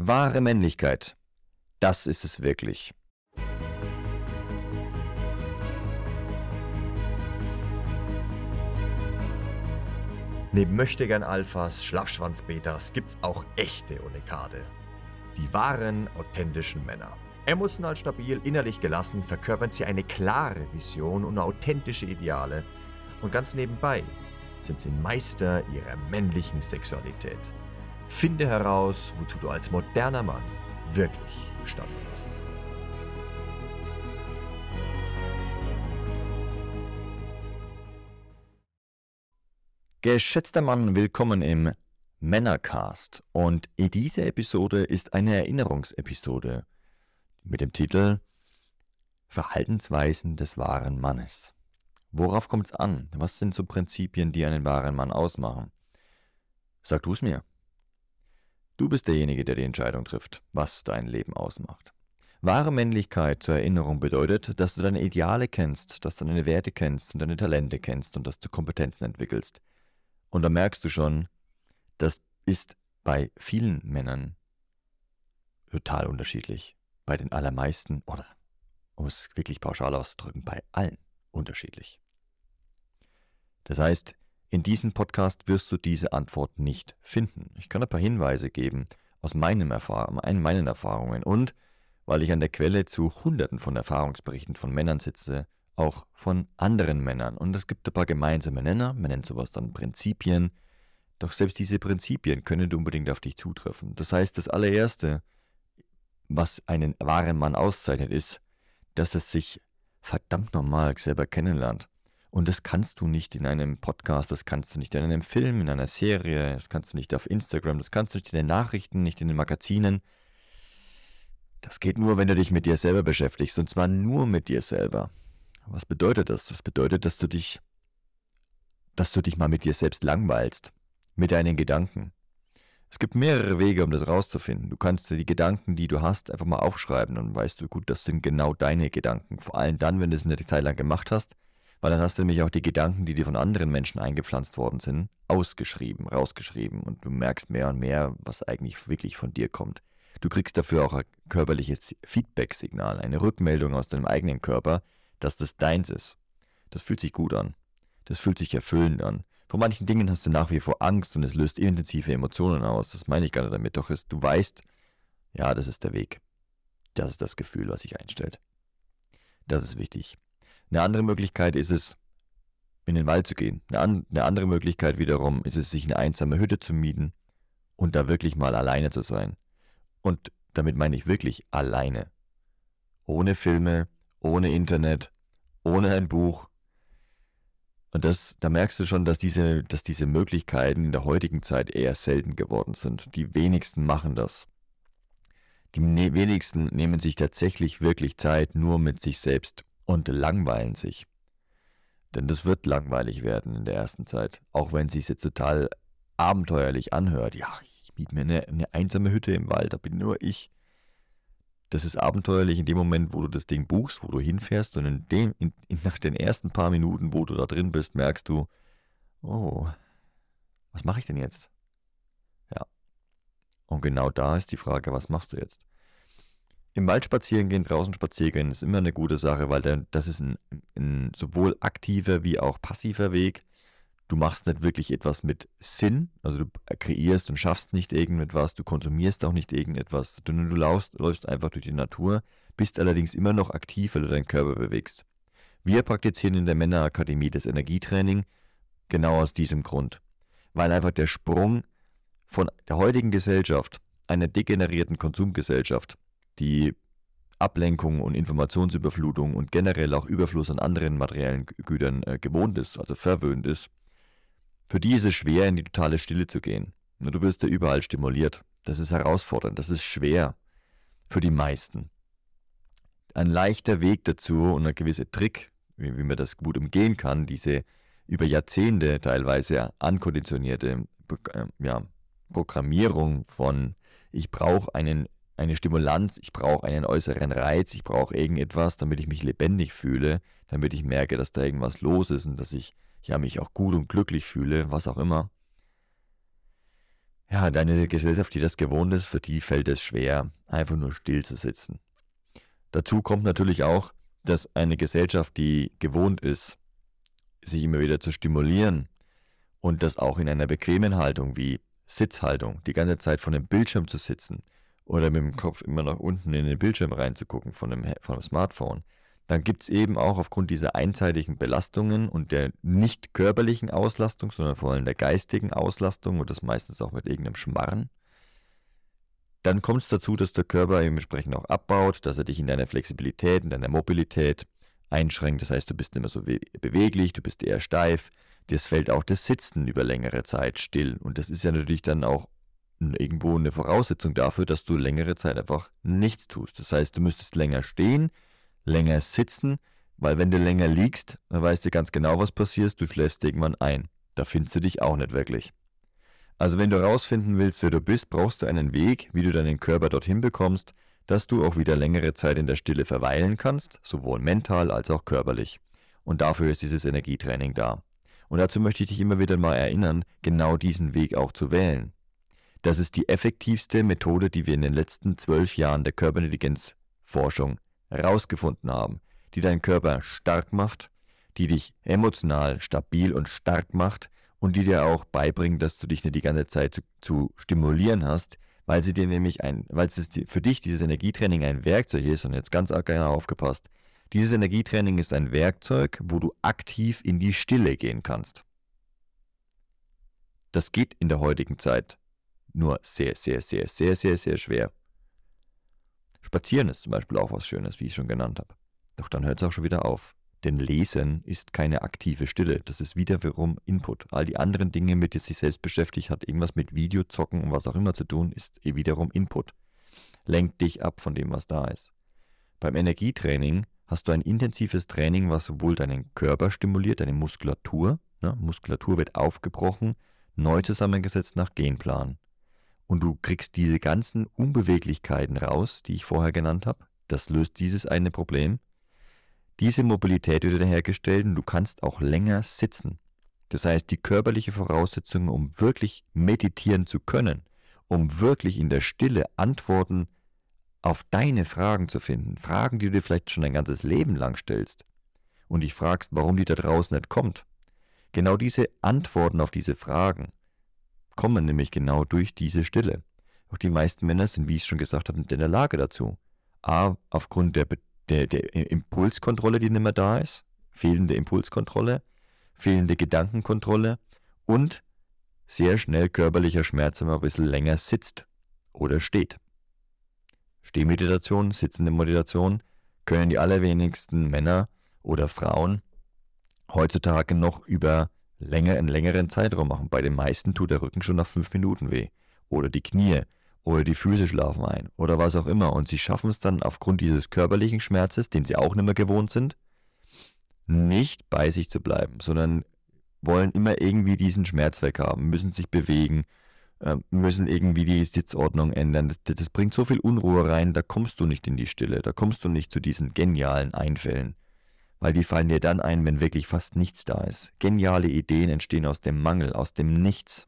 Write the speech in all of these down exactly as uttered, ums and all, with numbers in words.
Wahre Männlichkeit, das ist es wirklich. Neben Möchtegern-Alphas, Schlappschwanz-Betas gibt's auch echte Unikate. Die wahren, authentischen Männer. Emotional stabil, innerlich gelassen, verkörpern sie eine klare Vision und authentische Ideale. Und ganz nebenbei sind sie Meister ihrer männlichen Sexualität. Finde heraus, wozu du als moderner Mann wirklich imstande bist. Geschätzter Mann, willkommen im Männercast. Und diese Episode ist eine Erinnerungsepisode mit dem Titel Verhaltensweisen des wahren Mannes. Worauf kommt es an? Was sind so Prinzipien, die einen wahren Mann ausmachen? Sag du es mir. Du bist derjenige, der die Entscheidung trifft, was dein Leben ausmacht. Wahre Männlichkeit zur Erinnerung bedeutet, dass du deine Ideale kennst, dass du deine Werte kennst und deine Talente kennst und dass du Kompetenzen entwickelst. Und da merkst du schon, das ist bei vielen Männern total unterschiedlich. Bei den allermeisten, oder um es wirklich pauschal auszudrücken, bei allen unterschiedlich. Das heißt, in diesem Podcast wirst du diese Antwort nicht finden. Ich kann ein paar Hinweise geben aus meinem Erfahr- meinen Erfahrungen und, weil ich an der Quelle zu Hunderten von Erfahrungsberichten von Männern sitze, auch von anderen Männern. Und es gibt ein paar gemeinsame Nenner, man nennt sowas dann Prinzipien. Doch selbst diese Prinzipien können nicht unbedingt auf dich zutreffen. Das heißt, das allererste, was einen wahren Mann auszeichnet, ist, dass es sich verdammt normal selber kennenlernt. Und das kannst du nicht in einem Podcast, das kannst du nicht in einem Film, in einer Serie, das kannst du nicht auf Instagram, das kannst du nicht in den Nachrichten, nicht in den Magazinen. Das geht nur, wenn du dich mit dir selber beschäftigst, und zwar nur mit dir selber. Was bedeutet das? Das bedeutet, dass du dich, dass du dich mal mit dir selbst langweilst, mit deinen Gedanken. Es gibt mehrere Wege, um das rauszufinden. Du kannst die Gedanken, die du hast, einfach mal aufschreiben, dann weißt du, gut, das sind genau deine Gedanken. Vor allem dann, wenn du es eine Zeit lang gemacht hast, weil dann hast du nämlich auch die Gedanken, die dir von anderen Menschen eingepflanzt worden sind, ausgeschrieben, rausgeschrieben und du merkst mehr und mehr, was eigentlich wirklich von dir kommt. Du kriegst dafür auch ein körperliches Feedback-Signal, eine Rückmeldung aus deinem eigenen Körper, dass das deins ist. Das fühlt sich gut an. Das fühlt sich erfüllend an. Vor manchen Dingen hast du nach wie vor Angst und es löst intensive Emotionen aus. Das meine ich gar nicht damit. Doch ist, du weißt, ja, das ist der Weg. Das ist das Gefühl, was sich einstellt. Das ist wichtig. Eine andere Möglichkeit ist es, in den Wald zu gehen. Eine, an, eine andere Möglichkeit wiederum ist es, sich eine einsame Hütte zu mieten und da wirklich mal alleine zu sein. Und damit meine ich wirklich alleine. Ohne Filme, ohne Internet, ohne ein Buch. Und das, da merkst du schon, dass diese, dass diese Möglichkeiten in der heutigen Zeit eher selten geworden sind. Die wenigsten machen das. Die ne- wenigsten nehmen sich tatsächlich wirklich Zeit nur mit sich selbst und langweilen sich. Denn das wird langweilig werden in der ersten Zeit. Auch wenn es sich jetzt total abenteuerlich anhört. Ja, ich miete mir eine, eine einsame Hütte im Wald, da bin nur ich. Das ist abenteuerlich in dem Moment, wo du das Ding buchst, wo du hinfährst und in dem, in, in, nach den ersten paar Minuten, wo du da drin bist, merkst du, oh, was mache ich denn jetzt? Ja. Und genau da ist die Frage, was machst du jetzt? Im Wald spazieren gehen, draußen spazieren gehen, ist immer eine gute Sache, weil dann, das ist ein, ein sowohl aktiver wie auch passiver Weg. Du machst nicht wirklich etwas mit Sinn, also du kreierst und schaffst nicht irgendetwas, du konsumierst auch nicht irgendetwas, sondern du laufst, läufst einfach durch die Natur, bist allerdings immer noch aktiv, weil du deinen Körper bewegst. Wir praktizieren in der Männerakademie das Energietraining genau aus diesem Grund, weil einfach der Sprung von der heutigen Gesellschaft, einer degenerierten Konsumgesellschaft, die Ablenkung und Informationsüberflutung und generell auch Überfluss an anderen materiellen Gütern äh, gewohnt ist, also verwöhnt ist, für die ist es schwer, in die totale Stille zu gehen. Du wirst ja überall stimuliert. Das ist herausfordernd, das ist schwer für die meisten. Ein leichter Weg dazu und ein gewisser Trick, wie, wie man das gut umgehen kann, diese über Jahrzehnte teilweise ankonditionierte äh, ja, Programmierung von ich brauche einen eine Stimulanz, ich brauche einen äußeren Reiz, ich brauche irgendetwas, damit ich mich lebendig fühle, damit ich merke, dass da irgendwas los ist und dass ich ja, mich auch gut und glücklich fühle, was auch immer. Ja, deine Gesellschaft, die das gewohnt ist, für die fällt es schwer, einfach nur still zu sitzen. Dazu kommt natürlich auch, dass eine Gesellschaft, die gewohnt ist, sich immer wieder zu stimulieren und das auch in einer bequemen Haltung wie Sitzhaltung, die ganze Zeit vor dem Bildschirm zu sitzen oder mit dem Kopf immer nach unten in den Bildschirm reinzugucken von dem, von dem Smartphone, dann gibt es eben auch aufgrund dieser einseitigen Belastungen und der nicht körperlichen Auslastung, sondern vor allem der geistigen Auslastung und das meistens auch mit irgendeinem Schmarren, dann kommt es dazu, dass der Körper entsprechend auch abbaut, dass er dich in deiner Flexibilität, in deiner Mobilität einschränkt. Das heißt, du bist nicht mehr so beweglich, du bist eher steif. Das fällt auch das Sitzen über längere Zeit still. Und das ist ja natürlich dann auch irgendwo eine Voraussetzung dafür, dass du längere Zeit einfach nichts tust. Das heißt, du müsstest länger stehen, länger sitzen, weil wenn du länger liegst, dann weißt du ganz genau, was passiert, du schläfst irgendwann ein. Da findest du dich auch nicht wirklich. Also wenn du herausfinden willst, wer du bist, brauchst du einen Weg, wie du deinen Körper dorthin bekommst, dass du auch wieder längere Zeit in der Stille verweilen kannst, sowohl mental als auch körperlich. Und dafür ist dieses Energietraining da. Und dazu möchte ich dich immer wieder mal erinnern, genau diesen Weg auch zu wählen. Das ist die effektivste Methode, die wir in den letzten zwölf Jahren der Körperintelligenzforschung herausgefunden haben, die deinen Körper stark macht, die dich emotional stabil und stark macht und die dir auch beibringen, dass du dich nicht die ganze Zeit zu, zu stimulieren hast, weil sie dir nämlich ein, weil es für dich dieses Energietraining ein Werkzeug ist, und jetzt ganz genau aufgepasst, dieses Energietraining ist ein Werkzeug, wo du aktiv in die Stille gehen kannst. Das geht in der heutigen Zeit nur sehr, sehr, sehr, sehr, sehr, sehr schwer. Spazieren ist zum Beispiel auch was Schönes, wie ich schon genannt habe. Doch dann hört es auch schon wieder auf. Denn Lesen ist keine aktive Stille, das ist wiederum Input. All die anderen Dinge, mit denen sich selbst beschäftigt hat, irgendwas mit Video, Zocken und was auch immer zu tun, ist wiederum Input. Lenkt dich ab von dem, was da ist. Beim Energietraining hast du ein intensives Training, was sowohl deinen Körper stimuliert, deine Muskulatur, ne? Muskulatur wird aufgebrochen, neu zusammengesetzt nach Genplan. Und du kriegst diese ganzen Unbeweglichkeiten raus, die ich vorher genannt habe. Das löst dieses eine Problem. Diese Mobilität wird dann hergestellt und du kannst auch länger sitzen. Das heißt, die körperliche Voraussetzung, um wirklich meditieren zu können, um wirklich in der Stille Antworten auf deine Fragen zu finden, Fragen, die du dir vielleicht schon dein ganzes Leben lang stellst und dich fragst, warum die da draußen nicht kommt. Genau diese Antworten auf diese Fragen kommen nämlich genau durch diese Stille. Auch die meisten Männer sind, wie ich schon gesagt habe, nicht in der Lage dazu. A, aufgrund der Der, der Impulskontrolle, die nicht mehr da ist, fehlende Impulskontrolle, fehlende Gedankenkontrolle und sehr schnell körperlicher Schmerz, wenn man ein bisschen länger sitzt oder steht. Stehmeditation, sitzende Meditation können die allerwenigsten Männer oder Frauen heutzutage noch über länger, einen längeren Zeitraum machen. Bei den meisten tut der Rücken schon nach fünf Minuten weh oder die Knie. Oder die Füße schlafen ein oder was auch immer. Und sie schaffen es dann aufgrund dieses körperlichen Schmerzes, den sie auch nicht mehr gewohnt sind, nicht bei sich zu bleiben, sondern wollen immer irgendwie diesen Schmerz weghaben, müssen sich bewegen, müssen irgendwie die Sitzordnung ändern. Das, das bringt so viel Unruhe rein, da kommst du nicht in die Stille, da kommst du nicht zu diesen genialen Einfällen. Weil die fallen dir dann ein, wenn wirklich fast nichts da ist. Geniale Ideen entstehen aus dem Mangel, aus dem Nichts.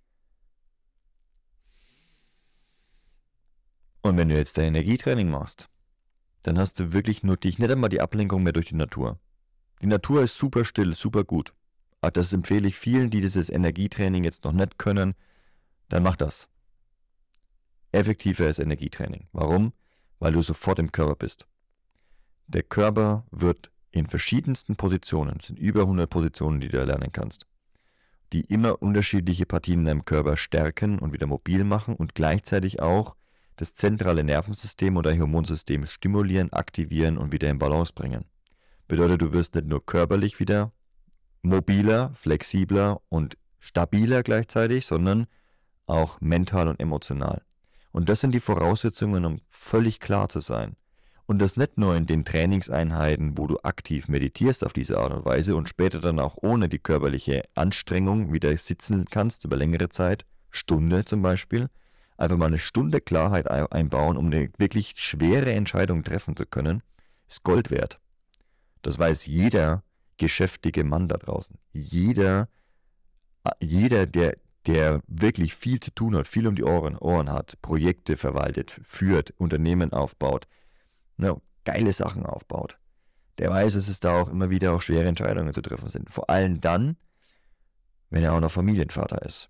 Und wenn du jetzt dein Energietraining machst, dann hast du wirklich nur dich, nicht einmal die Ablenkung mehr durch die Natur. Die Natur ist super still, super gut. Aber das empfehle ich vielen, die dieses Energietraining jetzt noch nicht können, dann mach das. Effektiveres Energietraining. Warum? Weil du sofort im Körper bist. Der Körper wird in verschiedensten Positionen, es sind über hundert Positionen, die du erlernen kannst, die immer unterschiedliche Partien in deinem Körper stärken und wieder mobil machen und gleichzeitig auch das zentrale Nervensystem oder Hormonsystem stimulieren, aktivieren und wieder in Balance bringen. Bedeutet, du wirst nicht nur körperlich wieder mobiler, flexibler und stabiler gleichzeitig, sondern auch mental und emotional. Und das sind die Voraussetzungen, um völlig klar zu sein. Und das nicht nur in den Trainingseinheiten, wo du aktiv meditierst auf diese Art und Weise und später dann auch ohne die körperliche Anstrengung wieder sitzen kannst über längere Zeit, Stunde zum Beispiel, einfach mal eine Stunde Klarheit einbauen, um eine wirklich schwere Entscheidung treffen zu können, ist Gold wert. Das weiß jeder geschäftige Mann da draußen. Jeder, jeder, der der wirklich viel zu tun hat, viel um die Ohren, Ohren hat, Projekte verwaltet, führt, Unternehmen aufbaut, ne, geile Sachen aufbaut, der weiß, dass es da auch immer wieder auch schwere Entscheidungen zu treffen sind. Vor allem dann, wenn er auch noch Familienvater ist.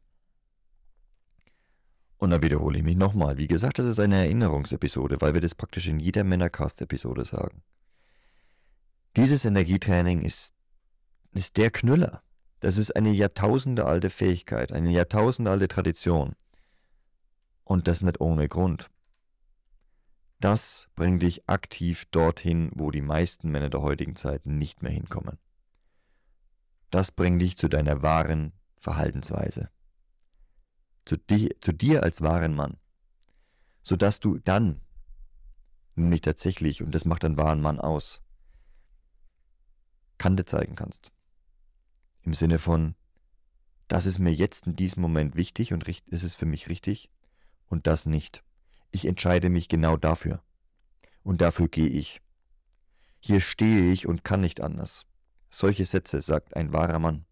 Und dann wiederhole ich mich nochmal. Wie gesagt, das ist eine Erinnerungsepisode, weil wir das praktisch in jeder Männercast-Episode sagen. Dieses Energietraining ist, ist der Knüller. Das ist eine jahrtausendealte Fähigkeit, eine jahrtausendealte Tradition. Und das nicht ohne Grund. Das bringt dich aktiv dorthin, wo die meisten Männer der heutigen Zeit nicht mehr hinkommen. Das bringt dich zu deiner wahren Verhaltensweise. Zu, dich, zu dir als wahren Mann. Sodass du dann, nämlich tatsächlich, und das macht einen wahren Mann aus, Kante zeigen kannst. Im Sinne von, das ist mir jetzt in diesem Moment wichtig und ist es für mich richtig und das nicht. Ich entscheide mich genau dafür. Und dafür gehe ich. Hier stehe ich und kann nicht anders. Solche Sätze sagt ein wahrer Mann.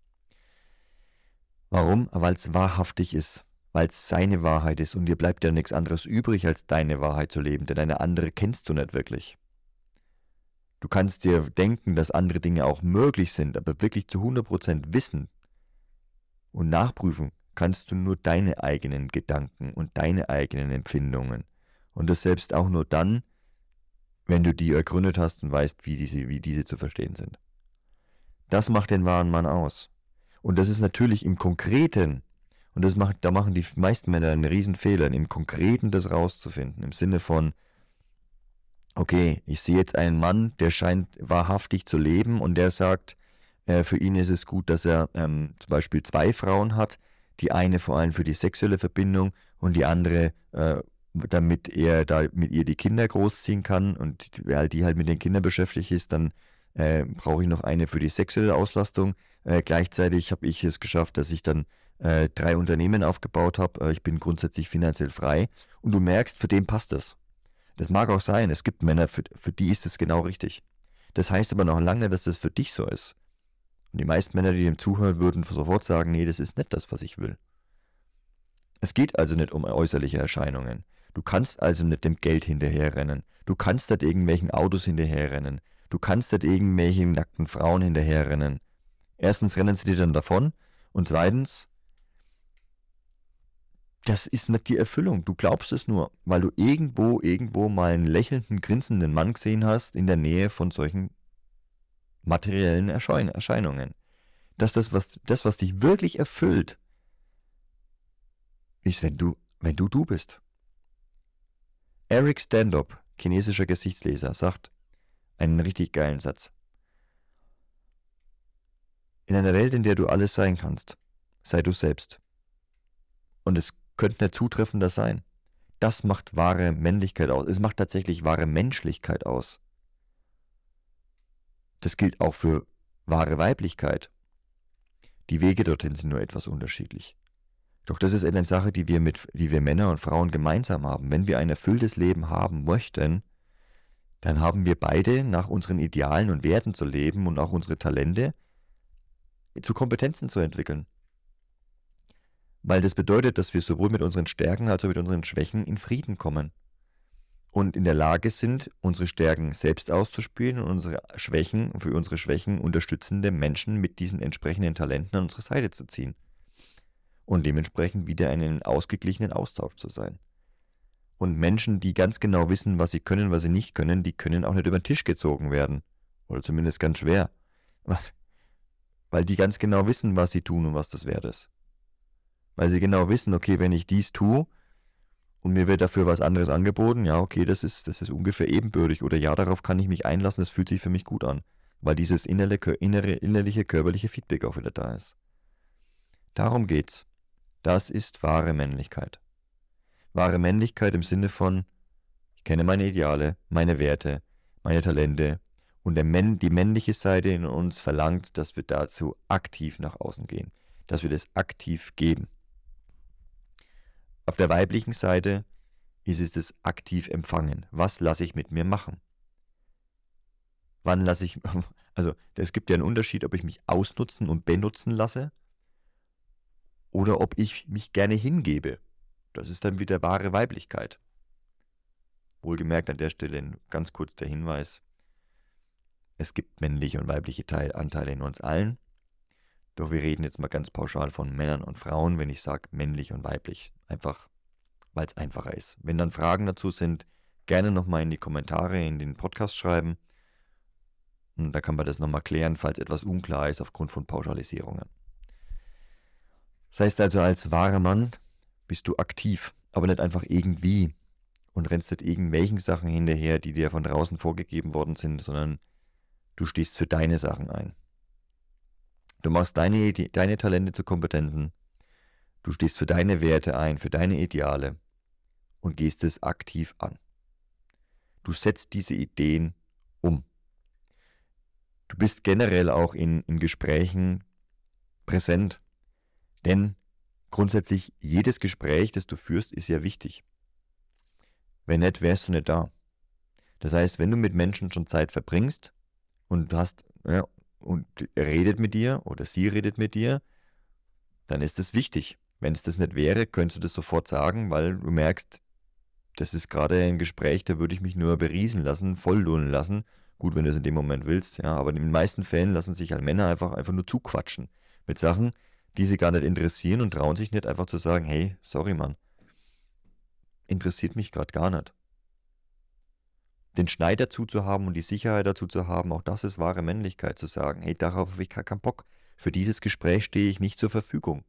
Warum? Weil es wahrhaftig ist, weil es seine Wahrheit ist und dir bleibt ja nichts anderes übrig, als deine Wahrheit zu leben, denn eine andere kennst du nicht wirklich. Du kannst dir denken, dass andere Dinge auch möglich sind, aber wirklich zu hundert Prozent wissen und nachprüfen kannst du nur deine eigenen Gedanken und deine eigenen Empfindungen. Und das selbst auch nur dann, wenn du die ergründet hast und weißt, wie diese, wie diese zu verstehen sind. Das macht den wahren Mann aus. Und das ist natürlich im Konkreten, und das macht, da machen die meisten Männer einen riesen Fehler, im Konkreten das rauszufinden, im Sinne von, okay, ich sehe jetzt einen Mann, der scheint wahrhaftig zu leben und der sagt, äh, für ihn ist es gut, dass er ähm, zum Beispiel zwei Frauen hat, die eine vor allem für die sexuelle Verbindung und die andere, äh, damit er da mit ihr die Kinder großziehen kann und weil die halt mit den Kindern beschäftigt ist, dann äh, brauche ich noch eine für die sexuelle Auslastung. Äh, gleichzeitig habe ich es geschafft, dass ich dann äh, drei Unternehmen aufgebaut habe. Äh, ich bin grundsätzlich finanziell frei und du merkst, für den passt das. Das mag auch sein, es gibt Männer, für, für die ist es genau richtig. Das heißt aber noch lange, dass das für dich so ist. Und die meisten Männer, die dem zuhören, würden sofort sagen, nee, das ist nicht das, was ich will. Es geht also nicht um äußerliche Erscheinungen. Du kannst also nicht dem Geld hinterherrennen. Du kannst nicht irgendwelchen Autos hinterherrennen. Du kannst nicht irgendwelchen nackten Frauen hinterherrennen. Erstens rennen sie dir dann davon und zweitens, das ist nicht die Erfüllung. Du glaubst es nur, weil du irgendwo, irgendwo mal einen lächelnden, grinsenden Mann gesehen hast in der Nähe von solchen materiellen Erscheinungen. Dass das, was, das, was dich wirklich erfüllt, ist, wenn du, wenn du du bist. Eric Stanhope, chinesischer Gesichtsleser, sagt einen richtig geilen Satz. In einer Welt, in der du alles sein kannst, sei du selbst. Und es könnte nicht zutreffender sein. Das macht wahre Männlichkeit aus. Es macht tatsächlich wahre Menschlichkeit aus. Das gilt auch für wahre Weiblichkeit. Die Wege dorthin sind nur etwas unterschiedlich. Doch das ist eine Sache, die wir, mit, die wir Männer und Frauen gemeinsam haben. Wenn wir ein erfülltes Leben haben möchten, dann haben wir beide nach unseren Idealen und Werten zu leben und auch unsere Talente zu Kompetenzen zu entwickeln. Weil das bedeutet, dass wir sowohl mit unseren Stärken als auch mit unseren Schwächen in Frieden kommen und in der Lage sind, unsere Stärken selbst auszuspielen und unsere Schwächen, für unsere Schwächen unterstützende Menschen mit diesen entsprechenden Talenten an unsere Seite zu ziehen und dementsprechend wieder in einem ausgeglichenen Austausch zu sein. Und Menschen, die ganz genau wissen, was sie können, was sie nicht können, die können auch nicht über den Tisch gezogen werden. Oder zumindest ganz schwer. Weil die ganz genau wissen, was sie tun und was das wert ist. Weil sie genau wissen, okay, wenn ich dies tue und mir wird dafür was anderes angeboten, ja, okay, das ist, das ist ungefähr ebenbürtig oder ja, darauf kann ich mich einlassen, das fühlt sich für mich gut an, weil dieses innere, innere, innerliche, körperliche Feedback auch wieder da ist. Darum geht's. Das ist wahre Männlichkeit. Wahre Männlichkeit im Sinne von, ich kenne meine Ideale, meine Werte, meine Talente und der Männ, die männliche Seite in uns verlangt, dass wir dazu aktiv nach außen gehen, dass wir das aktiv geben. Auf der weiblichen Seite ist es das aktiv empfangen. Was lasse ich mit mir machen? Wann lasse ich, also es gibt ja einen Unterschied, ob ich mich ausnutzen und benutzen lasse oder ob ich mich gerne hingebe. Das ist dann wieder wahre Weiblichkeit. Wohlgemerkt an der Stelle ganz kurz der Hinweis, es gibt männliche und weibliche Teil, Anteile in uns allen, doch wir reden jetzt mal ganz pauschal von Männern und Frauen, wenn ich sage männlich und weiblich, einfach weil es einfacher ist. Wenn dann Fragen dazu sind, gerne nochmal in die Kommentare, in den Podcast schreiben. Und da kann man das nochmal klären, falls etwas unklar ist aufgrund von Pauschalisierungen. Das heißt also, als wahrer Mann bist du aktiv, aber nicht einfach irgendwie und rennst nicht irgendwelchen Sachen hinterher, die dir von draußen vorgegeben worden sind, sondern du stehst für deine Sachen ein. Du machst deine, deine Talente zu Kompetenzen, du stehst für deine Werte ein, für deine Ideale und gehst es aktiv an. Du setzt diese Ideen um. Du bist generell auch in, in Gesprächen präsent, denn grundsätzlich jedes Gespräch, das du führst, ist ja wichtig. Wenn nicht, wärst du nicht da. Das heißt, wenn du mit Menschen schon Zeit verbringst und du hast, ja, und er redet mit dir oder sie redet mit dir, dann ist das wichtig. Wenn es das nicht wäre, könntest du das sofort sagen, weil du merkst, das ist gerade ein Gespräch, da würde ich mich nur beriesen lassen, volllohnen lassen. Gut, wenn du es in dem Moment willst, ja, aber in den meisten Fällen lassen sich halt Männer einfach, einfach nur zuquatschen mit Sachen, die sie gar nicht interessieren und trauen sich nicht einfach zu sagen, hey, sorry Mann, interessiert mich gerade gar nicht. Den Schneid dazu zu haben und die Sicherheit dazu zu haben, auch das ist wahre Männlichkeit, zu sagen, hey, darauf habe ich gar keinen Bock. Für dieses Gespräch stehe ich nicht zur Verfügung.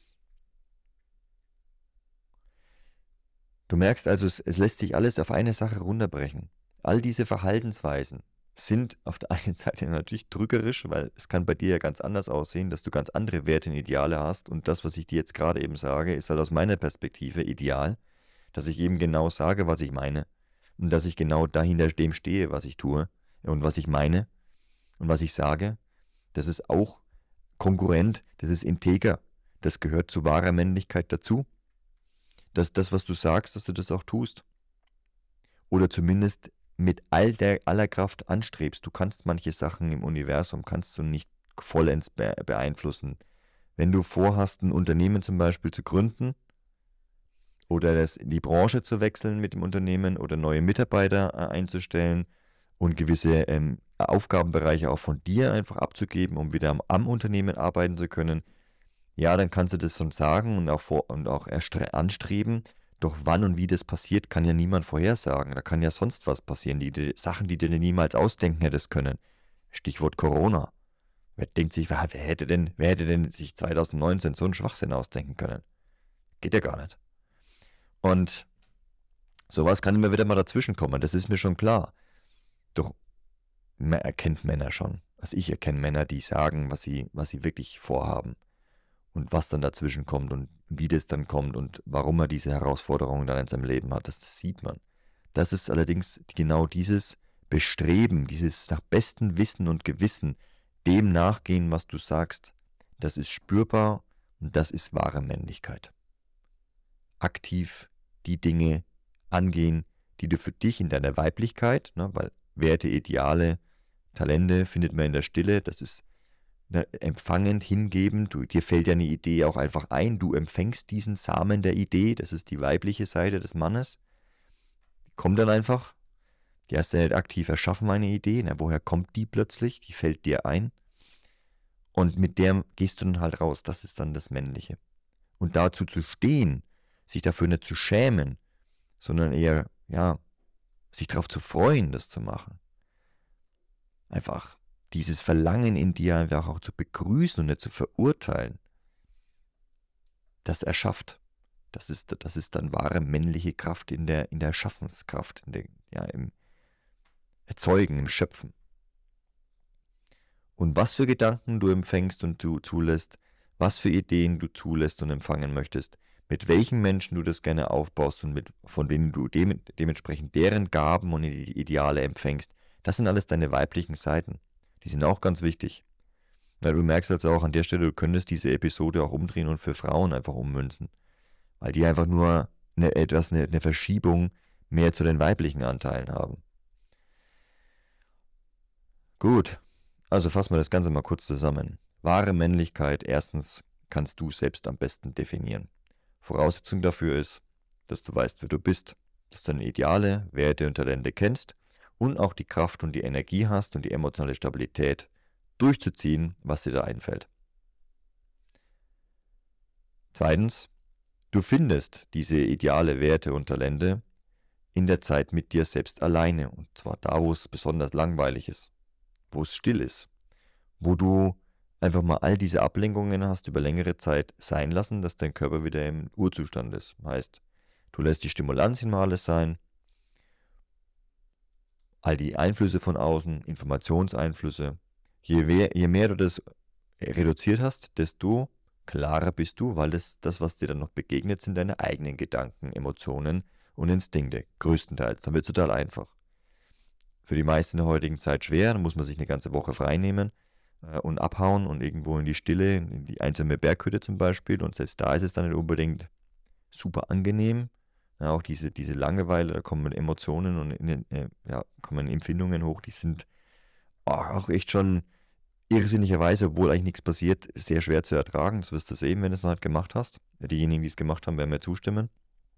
Du merkst also, es, es lässt sich alles auf eine Sache runterbrechen. All diese Verhaltensweisen sind auf der einen Seite natürlich drückerisch, weil es kann bei dir ja ganz anders aussehen, dass du ganz andere Werte und Ideale hast und das, was ich dir jetzt gerade eben sage, ist halt aus meiner Perspektive ideal, dass ich eben genau sage, was ich meine und dass ich genau dahinter dem stehe, was ich tue und was ich meine und was ich sage. Das ist auch konkurrent, das ist integer, das gehört zu wahrer Männlichkeit dazu, dass das, was du sagst, dass du das auch tust oder zumindest mit all der aller Kraft anstrebst. Du kannst manche Sachen im Universum, kannst du nicht vollends be- beeinflussen. Wenn du vorhast, ein Unternehmen zum Beispiel zu gründen oder das, die Branche zu wechseln mit dem Unternehmen oder neue Mitarbeiter äh, einzustellen und gewisse ähm, Aufgabenbereiche auch von dir einfach abzugeben, um wieder am, am Unternehmen arbeiten zu können, ja, dann kannst du das schon sagen und auch, vor, und auch erstre- anstreben. Doch wann und wie das passiert, kann ja niemand vorhersagen. Da kann ja sonst was passieren, die, die Sachen, die du dir niemals ausdenken hättest können. Stichwort Corona. Wer denkt sich, wer, wer hätte denn, wer hätte denn sich zwanzig neunzehn so einen Schwachsinn ausdenken können? Geht ja gar nicht. Und sowas kann immer wieder mal dazwischen kommen, das ist mir schon klar. Doch man erkennt Männer schon. Also ich erkenne Männer, die sagen, was sie, was sie wirklich vorhaben. Und was dann dazwischen kommt und wie das dann kommt und warum er diese Herausforderungen dann in seinem Leben hat, das, das sieht man. Das ist allerdings genau dieses Bestreben, dieses nach bestem Wissen und Gewissen, dem nachgehen, was du sagst, das ist spürbar und das ist wahre Männlichkeit. Aktiv die Dinge angehen, die du für dich in deiner Weiblichkeit, ne, weil Werte, Ideale, Talente findet man in der Stille, das ist empfangend, hingebend, du, dir fällt ja eine Idee auch einfach ein, du empfängst diesen Samen der Idee, das ist die weibliche Seite des Mannes, kommt dann einfach, die hast du nicht aktiv erschaffen, eine Idee, na, woher kommt die plötzlich, die fällt dir ein und mit der gehst du dann halt raus, das ist dann das Männliche. Und dazu zu stehen, sich dafür nicht zu schämen, sondern eher, ja, sich darauf zu freuen, das zu machen. Einfach dieses Verlangen in dir einfach auch zu begrüßen und nicht zu verurteilen, das erschafft. Das ist, das ist dann wahre männliche Kraft in der, in der Schaffenskraft, in der, ja, im Erzeugen, im Schöpfen. Und was für Gedanken du empfängst und du zulässt, was für Ideen du zulässt und empfangen möchtest, mit welchen Menschen du das gerne aufbaust und mit, von denen du dem, dementsprechend deren Gaben und Ideale empfängst, das sind alles deine weiblichen Seiten. Die sind auch ganz wichtig. Weil du merkst also auch an der Stelle, du könntest diese Episode auch umdrehen und für Frauen einfach ummünzen. Weil die einfach nur eine, etwas, eine, eine Verschiebung mehr zu den weiblichen Anteilen haben. Gut, also fassen wir das Ganze mal kurz zusammen. Wahre Männlichkeit, erstens, kannst du selbst am besten definieren. Voraussetzung dafür ist, dass du weißt, wer du bist, dass du deine Ideale, Werte und Talente kennst und auch die Kraft und die Energie hast und die emotionale Stabilität, durchzuziehen, was dir da einfällt. Zweitens, du findest diese Ideale, Werte und Talente in der Zeit mit dir selbst alleine, und zwar da, wo es besonders langweilig ist, wo es still ist, wo du einfach mal all diese Ablenkungen hast über längere Zeit sein lassen, dass dein Körper wieder im Urzustand ist. Heißt, du lässt die Stimulantien mal alles sein, all die Einflüsse von außen, Informationseinflüsse. Je mehr, je mehr du das reduziert hast, desto klarer bist du, weil das, das, was dir dann noch begegnet, sind deine eigenen Gedanken, Emotionen und Instinkte, größtenteils. Dann wird es total einfach. Für die meisten in der heutigen Zeit schwer, dann muss man sich eine ganze Woche frei nehmen äh, und abhauen und irgendwo in die Stille, in die einsame Berghütte zum Beispiel. Und selbst da ist es dann nicht unbedingt super angenehm. Ja, auch diese, diese Langeweile, da kommen Emotionen und in, äh, ja, kommen Empfindungen hoch, die sind oh, auch echt schon irrsinnigerweise, obwohl eigentlich nichts passiert, sehr schwer zu ertragen. Das wirst du sehen, wenn du es noch nicht gemacht hast. Diejenigen, die es gemacht haben, werden mir zustimmen.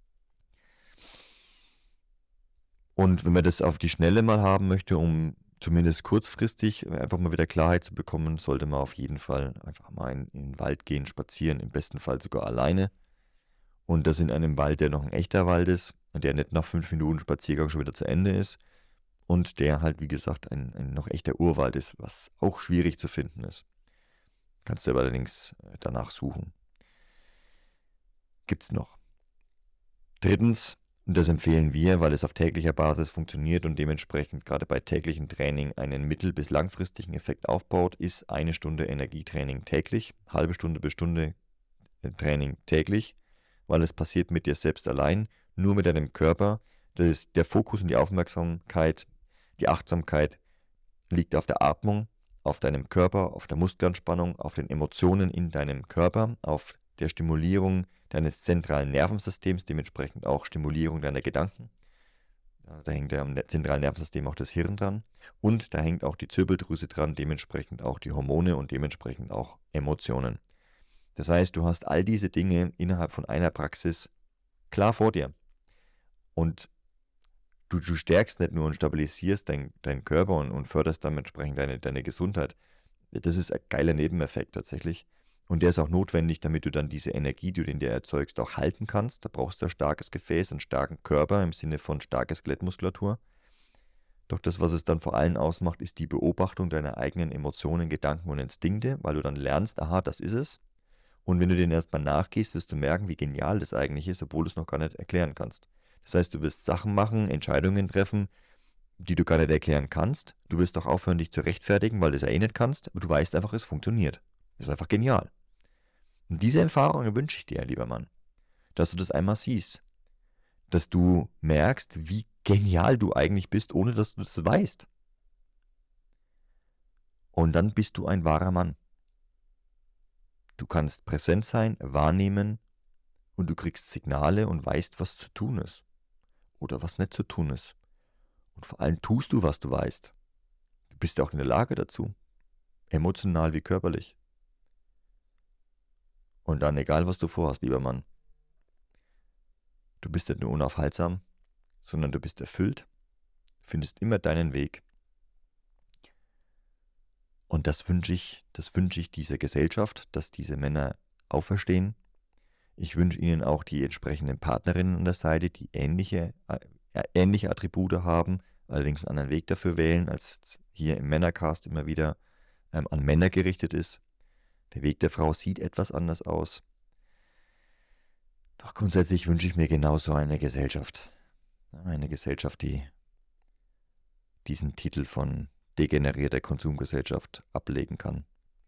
Und wenn man das auf die Schnelle mal haben möchte, um zumindest kurzfristig einfach mal wieder Klarheit zu bekommen, sollte man auf jeden Fall einfach mal in, in den Wald gehen, spazieren, im besten Fall sogar alleine. Und das in einem Wald, der noch ein echter Wald ist, der nicht nach fünf Minuten Spaziergang schon wieder zu Ende ist. Und der halt, wie gesagt, ein, ein noch echter Urwald ist, was auch schwierig zu finden ist. Kannst du aber allerdings danach suchen. Gibt's noch. Drittens, und das empfehlen wir, weil es auf täglicher Basis funktioniert und dementsprechend gerade bei täglichem Training einen mittel- bis langfristigen Effekt aufbaut, ist eine Stunde Energietraining täglich, halbe Stunde bis Stunde Training täglich, weil es passiert mit dir selbst allein, nur mit deinem Körper. Das ist der Fokus und die Aufmerksamkeit, die Achtsamkeit liegt auf der Atmung, auf deinem Körper, auf der Muskelanspannung, auf den Emotionen in deinem Körper, auf der Stimulierung deines zentralen Nervensystems, dementsprechend auch Stimulierung deiner Gedanken. Da hängt ja am zentralen Nervensystem auch das Hirn dran und da hängt auch die Zirbeldrüse dran, dementsprechend auch die Hormone und dementsprechend auch Emotionen. Das heißt, du hast all diese Dinge innerhalb von einer Praxis klar vor dir. Und du, du stärkst nicht nur und stabilisierst deinen dein Körper und, und förderst dementsprechend deine, deine Gesundheit. Das ist ein geiler Nebeneffekt tatsächlich. Und der ist auch notwendig, damit du dann diese Energie, die du in dir erzeugst, auch halten kannst. Da brauchst du ein starkes Gefäß, einen starken Körper im Sinne von starke Skelettmuskulatur. Doch das, was es dann vor allem ausmacht, ist die Beobachtung deiner eigenen Emotionen, Gedanken und Instinkte, weil du dann lernst, aha, das ist es. Und wenn du denen erstmal nachgehst, wirst du merken, wie genial das eigentlich ist, obwohl du es noch gar nicht erklären kannst. Das heißt, du wirst Sachen machen, Entscheidungen treffen, die du gar nicht erklären kannst. Du wirst auch aufhören, dich zu rechtfertigen, weil du es ja eh nicht kannst. Aber du weißt einfach, es funktioniert. Das ist einfach genial. Und diese Erfahrungen wünsche ich dir, lieber Mann, dass du das einmal siehst. Dass du merkst, wie genial du eigentlich bist, ohne dass du das weißt. Und dann bist du ein wahrer Mann. Du kannst präsent sein, wahrnehmen und du kriegst Signale und weißt, was zu tun ist. Oder was nicht zu tun ist. Und vor allem tust du, was du weißt. Du bist auch in der Lage dazu. Emotional wie körperlich. Und dann egal, was du vorhast, lieber Mann. Du bist nicht nur unaufhaltsam, sondern du bist erfüllt, findest immer deinen Weg. Und das wünsche ich, das wünsche ich dieser Gesellschaft, dass diese Männer auferstehen. Ich wünsche ihnen auch die entsprechenden Partnerinnen an der Seite, die ähnliche, äh, ähnliche Attribute haben, allerdings einen anderen Weg dafür wählen, als hier im Männercast immer wieder ähm, an Männer gerichtet ist. Der Weg der Frau sieht etwas anders aus. Doch grundsätzlich wünsche ich mir genauso eine Gesellschaft. Eine Gesellschaft, die diesen Titel von degenerierter Konsumgesellschaft ablegen kann.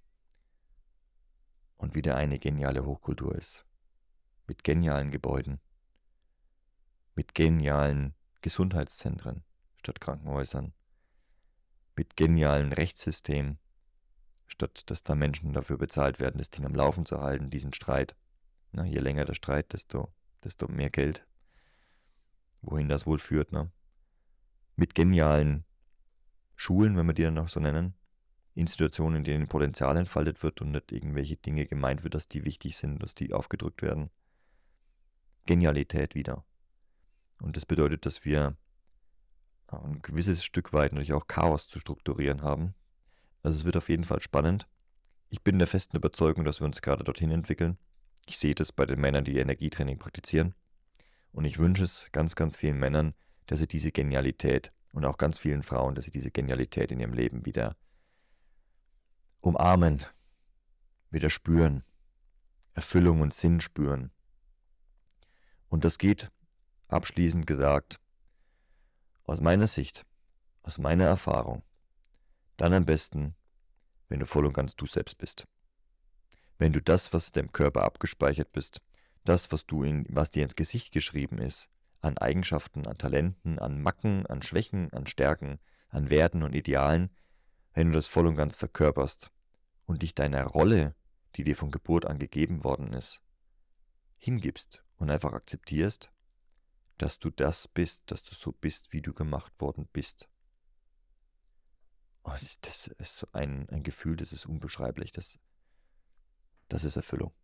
Und wieder eine geniale Hochkultur ist. Mit genialen Gebäuden. Mit genialen Gesundheitszentren statt Krankenhäusern. Mit genialen Rechtssystemen, statt dass da Menschen dafür bezahlt werden, das Ding am Laufen zu halten, diesen Streit. Na, je länger der Streit, desto, desto mehr Geld. Wohin das wohl führt, ne? Mit genialen Schulen, wenn wir die dann noch so nennen, in Situationen, in denen Potenzial entfaltet wird und nicht irgendwelche Dinge gemeint wird, dass die wichtig sind, dass die aufgedrückt werden. Genialität wieder. Und das bedeutet, dass wir ein gewisses Stück weit natürlich auch Chaos zu strukturieren haben. Also es wird auf jeden Fall spannend. Ich bin der festen Überzeugung, dass wir uns gerade dorthin entwickeln. Ich sehe das bei den Männern, die Energietraining praktizieren. Und ich wünsche es ganz, ganz vielen Männern, dass sie diese Genialität und auch ganz vielen Frauen, dass sie diese Genialität in ihrem Leben wieder umarmen, wieder spüren, Erfüllung und Sinn spüren. Und das geht, abschließend gesagt, aus meiner Sicht, aus meiner Erfahrung, dann am besten, wenn du voll und ganz du selbst bist. Wenn du das, was dem Körper abgespeichert bist, das, was du in, was dir ins Gesicht geschrieben ist, an Eigenschaften, an Talenten, an Macken, an Schwächen, an Stärken, an Werten und Idealen, wenn du das voll und ganz verkörperst und dich deiner Rolle, die dir von Geburt an gegeben worden ist, hingibst und einfach akzeptierst, dass du das bist, dass du so bist, wie du gemacht worden bist. Und das ist so ein, ein Gefühl, das ist unbeschreiblich, das, das ist Erfüllung.